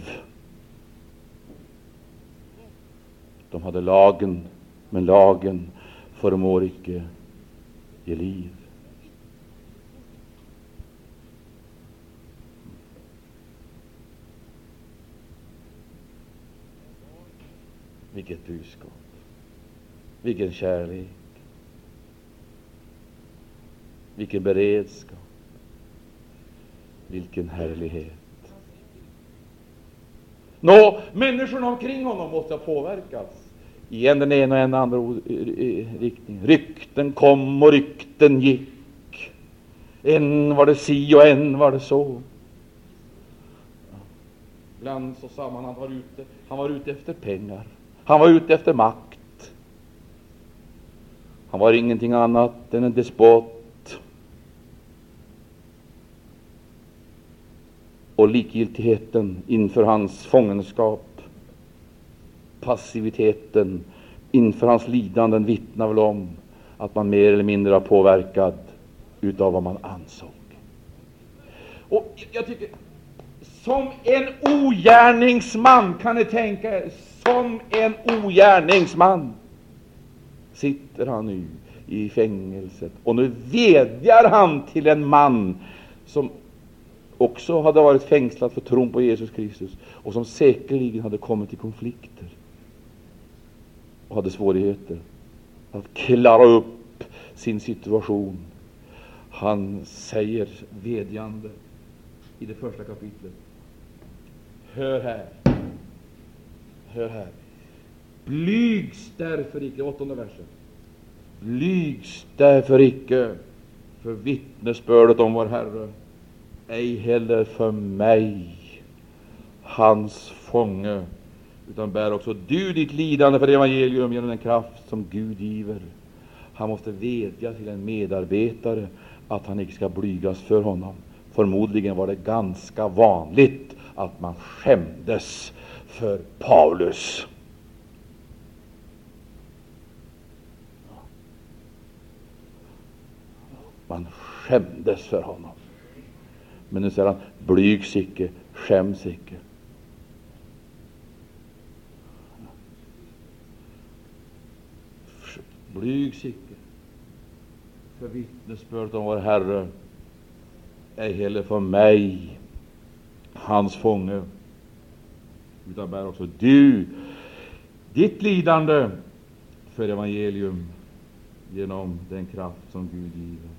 De hade lagen, men lagen förmår icke ge liv. Vilket budskap, vilken kärlek, vilken beredskap, vilken härlighet. Människorna omkring honom måste ha påverkats i den ena och en andra riktningen. Rykten kom och rykten gick. En var det si och en var det så. Ibland så sa man han var ute efter pengar. Han var ute efter makt. Han var ingenting annat än en despot. Och likgiltigheten inför hans fångenskap, passiviteten inför hans lidanden vittnar väl om att man mer eller mindre var påverkad utav vad man ansåg. Och jag tycker, som en ogärningsman, kan ni tänka er, som en ogärningsman sitter han nu i fängelset, och nu vädjar han till en man som också hade varit fängslad för tron på Jesus Kristus, och som säkerligen hade kommit i konflikter och hade svårigheter att klara upp sin situation. Han säger vädjande i det första kapitlet: hör här, blygs därför icke, 8:e versen, blygs därför icke för vittnesbördet om vår Herre, ej heller för mig, hans fånge, utan bär också du ditt lidande för evangelium genom den kraft som Gud giver. Han måste vädja till en medarbetare att han inte ska blygas för honom. Förmodligen var det ganska vanligt att man skämdes för Paulus. Man skämdes för honom. Men nu säger han: blygs icke, skäms icke. Blygs icke för vittnesbörd om vår Herre, ej heller för mig, hans fånge, utan bär också du ditt lidande för evangelium genom den kraft som Gud giver.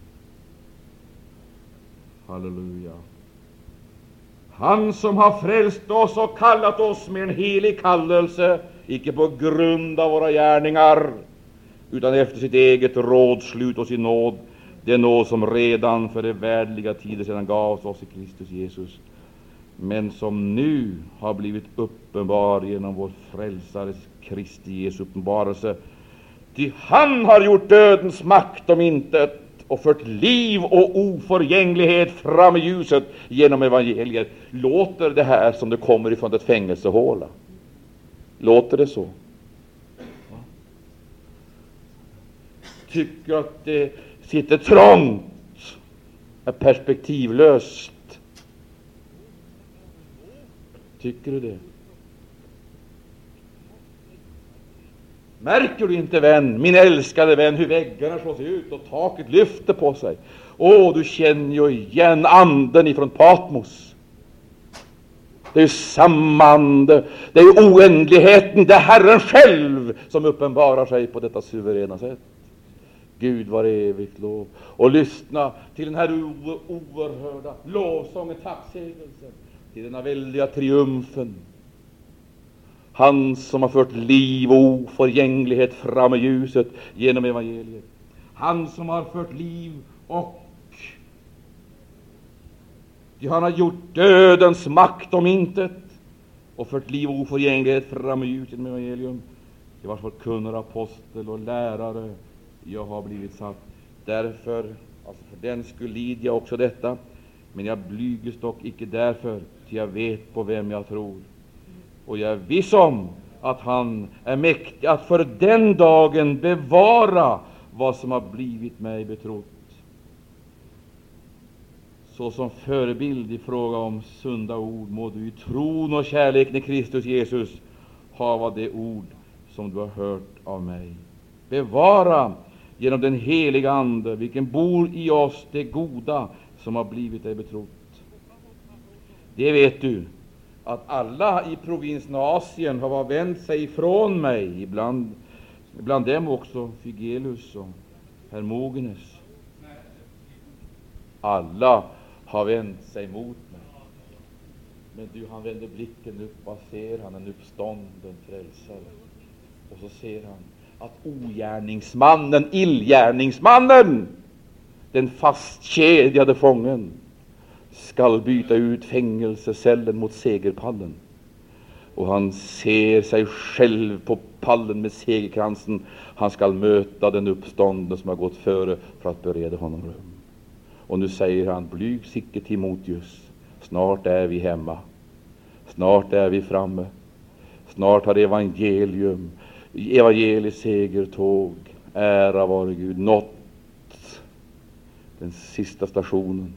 Halleluja. Han som har frälst oss och kallat oss med en helig kallelse, icke på grund av våra gärningar, utan efter sitt eget rådslut och sin nåd, det nåd som redan för de världliga tider sedan gavs oss i Kristus Jesus. men som nu har blivit uppenbar genom vår frälsares Kristi Jesu uppenbarelse. Ty han har gjort dödens makt om intet och fört liv och oförgänglighet fram i ljuset genom evangeliet. Låter det här som det kommer ifrån ett fängelsehåla? Låter det så? Tycker att det sitter trångt, är perspektivlöst? Tycker du det? Märker du inte, vän, min älskade vän, hur väggarna slås ut och taket lyfter på sig? Du känner ju igen anden ifrån Patmos. Det är ju samma ande, det är ju oändligheten, det är Herren själv som uppenbarar sig på detta suveräna sätt. Gud var evigt lov. Och lyssna till den här oerhörda lovsången, tacksägelsen, till denna väldiga triumfen. Han som har fört liv och oförgänglighet fram i ljuset genom evangeliet. Han som har fört liv och han har gjort dödens makt om intet och fört liv och oförgänglighet fram i ljuset genom evangelium. Det var förkunnare, apostel och lärare jag har blivit satt. Därför, alltså för den skulle lider jag också detta, men jag blyges dock icke därför, ty jag vet på vem jag tror. Och jag är viss om att han är mäktig att för den dagen bevara vad som har blivit mig betrott. Så som förebild i fråga om sunda ord må du i tron och kärleken i Kristus Jesus hava det ord som du har hört av mig. Bevara genom den heliga ande, vilken bor i oss, det goda som har blivit dig betrott. Det vet du, att alla i provinsen Asien har vänt sig ifrån mig, ibland dem också Figelus och Hermogenes. Alla har vänt sig mot mig. Men du, han vänder blicken upp, vad ser han? En uppstånden frälsare. Och så ser han att ogärningsmannen, illgärningsmannen, den fastkedjade fången, skall byta ut fängelsecellen mot segerpallen. Och han ser sig själv på pallen med segerkransen. Han skall möta den uppstånden som har gått före för att bereda honom rum. Och nu säger han, blygs icke Timoteus, snart är vi hemma, snart är vi framme, snart har evangeliets segertåg, ära vare Gud, nått den sista stationen,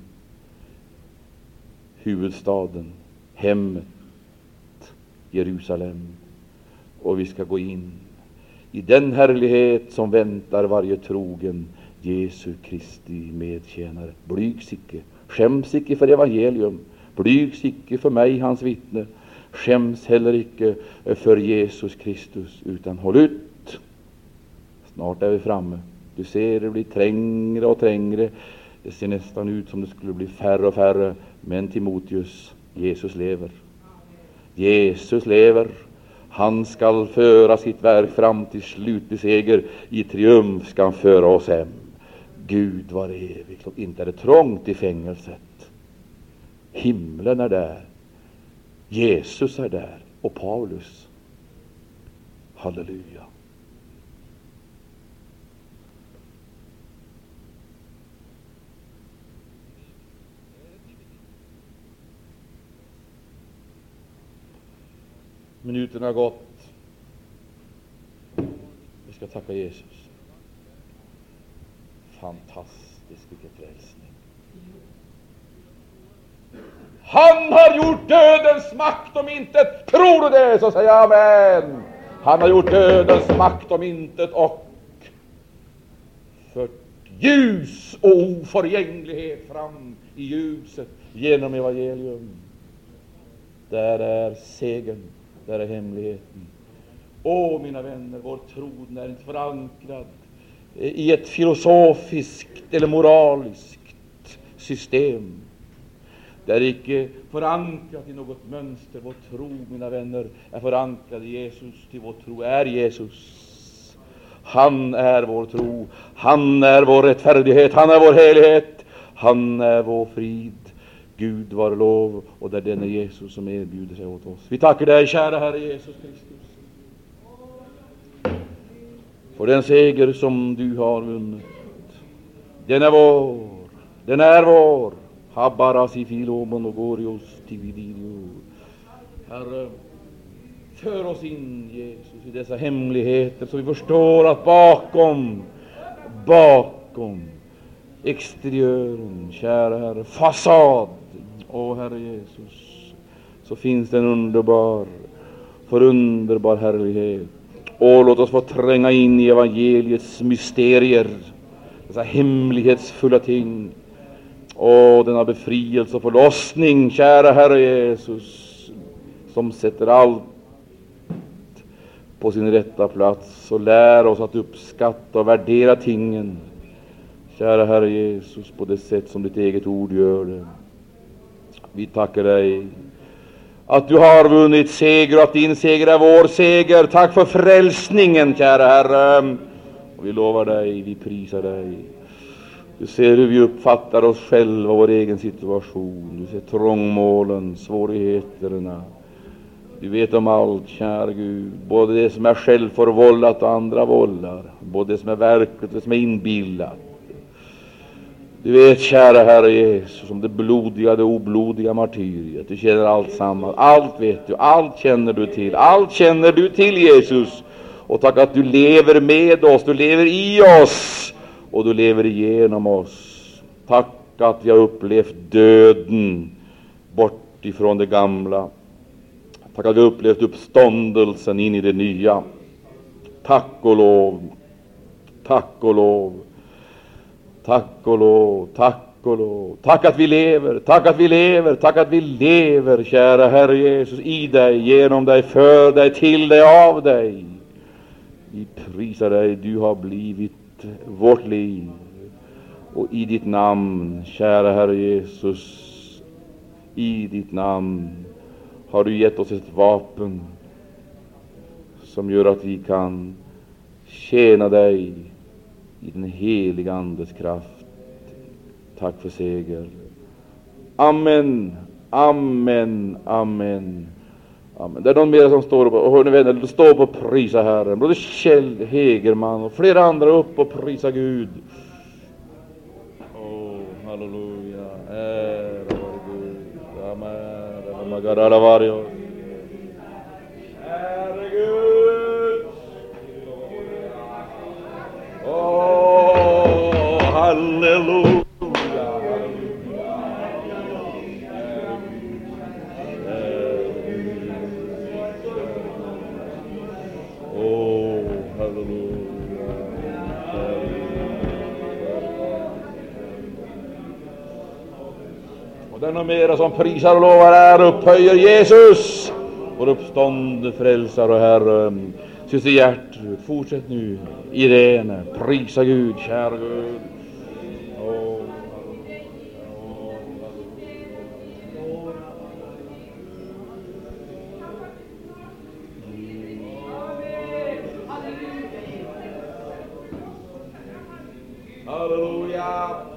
huvudstaden, hemmet, Jerusalem. Och vi ska gå in i den härlighet som väntar varje trogen Jesu Kristi medtjänare. Blygs icke, skäms icke för evangelium, blygs icke för mig, hans vittne, skäms heller icke för Jesus Kristus, utan håll ut. Snart är vi framme. Du ser, det blir trängre och trängre. Det ser nästan ut som det skulle bli färre och färre. Men Timoteus, Jesus lever. Jesus lever. Han skall föra sitt verk fram till slutlig seger. I triumf ska han föra oss hem. Gud var evigt, och inte är det trångt i fängelset. Himlen är där. Jesus är där. Och Paulus. Halleluja. Minuterna har gått. Vi ska tacka Jesus. Fantastisk, vilken frälsning. Han har gjort dödens makt om intet. Tror du det, så säger jag amen. Han har gjort dödens makt om intet och fört ljus och oförgänglighet fram i ljuset genom evangelium. Där är segern. Där är hemligheten. Mina vänner, vår tro är inte förankrad i ett filosofiskt eller moraliskt system. Det är icke förankrat i något mönster. Vår tro, mina vänner, är förankrad i Jesus. Till vår tro är Jesus. Han är vår tro. Han är vår rättfärdighet. Han är vår helighet. Han är vår frid. Gud var lov, och det är denne Jesus som erbjuder sig åt oss. Vi tackar dig, kära Herre Jesus Kristus, för den seger som du har vunnit. Den är vår, den är vår. Habbaras i filomon och gorios tivididio. Herre, för oss in, Jesus, i dessa hemligheter, så vi förstår att bakom exteriören, kära Herre, fasad, Herre Jesus, så finns det en underbar härlighet. Låt oss få tränga in i evangeliets mysterier, dessa hemlighetsfulla ting. Denna befrielse och förlossning, kära Herre Jesus, som sätter allt på sin rätta plats och lär oss att uppskatta och värdera tingen, kära Herre Jesus, på det sätt som ditt eget ord gör det. Vi tackar dig att du har vunnit seger och att din seger är vår seger. Tack för frälsningen, kära Herre. Och vi lovar dig, vi prisar dig. Du ser hur vi uppfattar oss själva och vår egen situation. Du ser trångmålen, svårigheterna. Du vet om allt, kära Gud. Både det som är självförvållat och andra vållar. Både det som är verkligt och det som är inbillat. Du vet, kära Herre Jesus, om det blodiga, det oblodiga martyriet. Du känner allt samman. Allt vet du, allt känner du till. Allt känner du till, Jesus. Och tack att du lever med oss, du lever i oss. Och du lever igenom oss. Tack att vi har upplevt döden bort ifrån det gamla. Tack att vi har upplevt uppståndelsen in i det nya. Tack och lov. Tack och lov. Tack och lov. Tack och lov. Tack att vi lever. Tack att vi lever. Tack att vi lever, kära Herre Jesus, i dig, genom dig, för dig, till dig, av dig. Vi prisar dig. Du har blivit vårt liv, och i ditt namn, kära Herre Jesus, i ditt namn har du gett oss ett vapen som gör att vi kan tjäna dig i den heliga Andes kraft. Tack för seger. Amen, amen, amen. Amen. Det är någon mer som står upp, och hörni vänner, du står upp och prisa Herren. Både Kjell Hegerman och flera andra upp och prisa Gud. Halleluja. Ära vare Gud. Amen. Magarala varios. Herre Gud. Halleluja. Och den och mera som prisar och lovar är upphöjer Jesus, vår uppstånd, frälsare och Herre. Syster Gertrud, fortsätt nu. Irene, prisa Gud, kära Gud. Halleluja.